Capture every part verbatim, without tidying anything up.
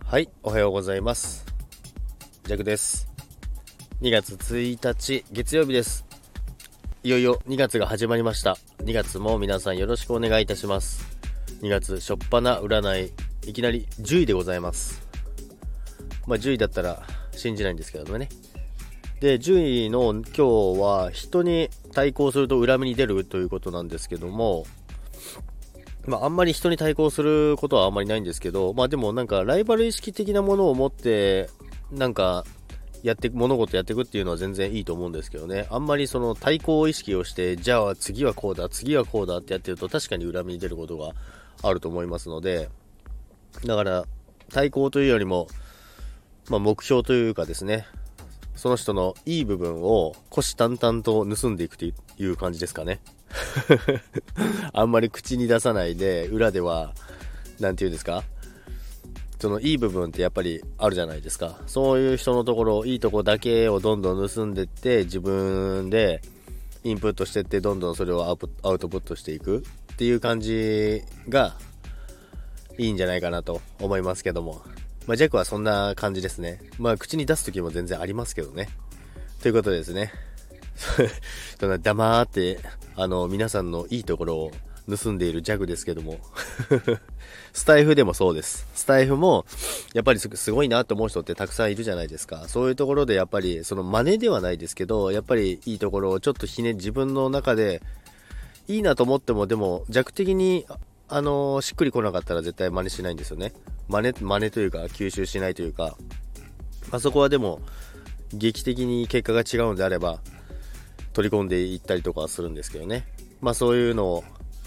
はい、おはようございます。ジャクです。にがつついたち月曜日です。いよいよにがつが始まりました。にがつも皆さんよろしくお願いいたします。にがつ初っ端占い、いきなりじゅいでございます。まあじゅいだったら信じないんですけどね。で、じゅいの今日は人に対抗すると裏目に出るということなんですけども、まあ、あんまり人に対抗することはあんまりないんですけど、まあでもなんかライバル意識的なものを持ってなんかやって物事やっていくっていうのは全然いいと思うんですけどね。あんまりその対抗意識をして、じゃあ次はこうだ次はこうだってやってると確かに裏目に出ることがあると思いますので、だから対抗というよりも、まあ、目標というかですね、その人のいい部分を虎視眈々と盗んでいくという感じですかね。あんまり口に出さないで裏ではなんていうんですか、そのいい部分ってやっぱりあるじゃないですか。そういう人のところ、いいとこだけをどんどん盗んでって自分でインプットしてってどんどんそれをアウトプットしていくっていう感じがいいんじゃないかなと思いますけども、まあ、ジャックはそんな感じですね。まあ口に出す時も全然ありますけどね。ということでですねそんな黙ってあの皆さんのいいところを盗んでいるジャグですけどもスタイフでもそうです。スタイフもやっぱりすごいなと思う人ってたくさんいるじゃないですか。そういうところでやっぱりその真似ではないですけど、やっぱりいいところをちょっとひね自分の中でいいなと思っても、でも弱的にあのしっくりこなかったら絶対真似しないんですよね。真似真似というか吸収しないというか、あそこはでも劇的に結果が違うのであれば取り込んでいったりとかはするんですけどね。まあそういうのを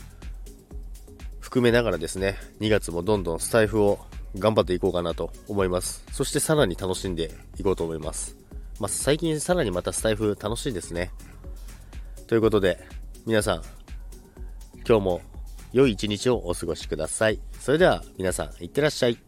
含めながらですね、にがつもどんどんスタイフを頑張っていこうかなと思います。そしてさらに楽しんでいこうと思います。まあ最近さらにまたスタイフ楽しいですね。ということで皆さん今日も良い一日をお過ごしください。それでは皆さんいってらっしゃい。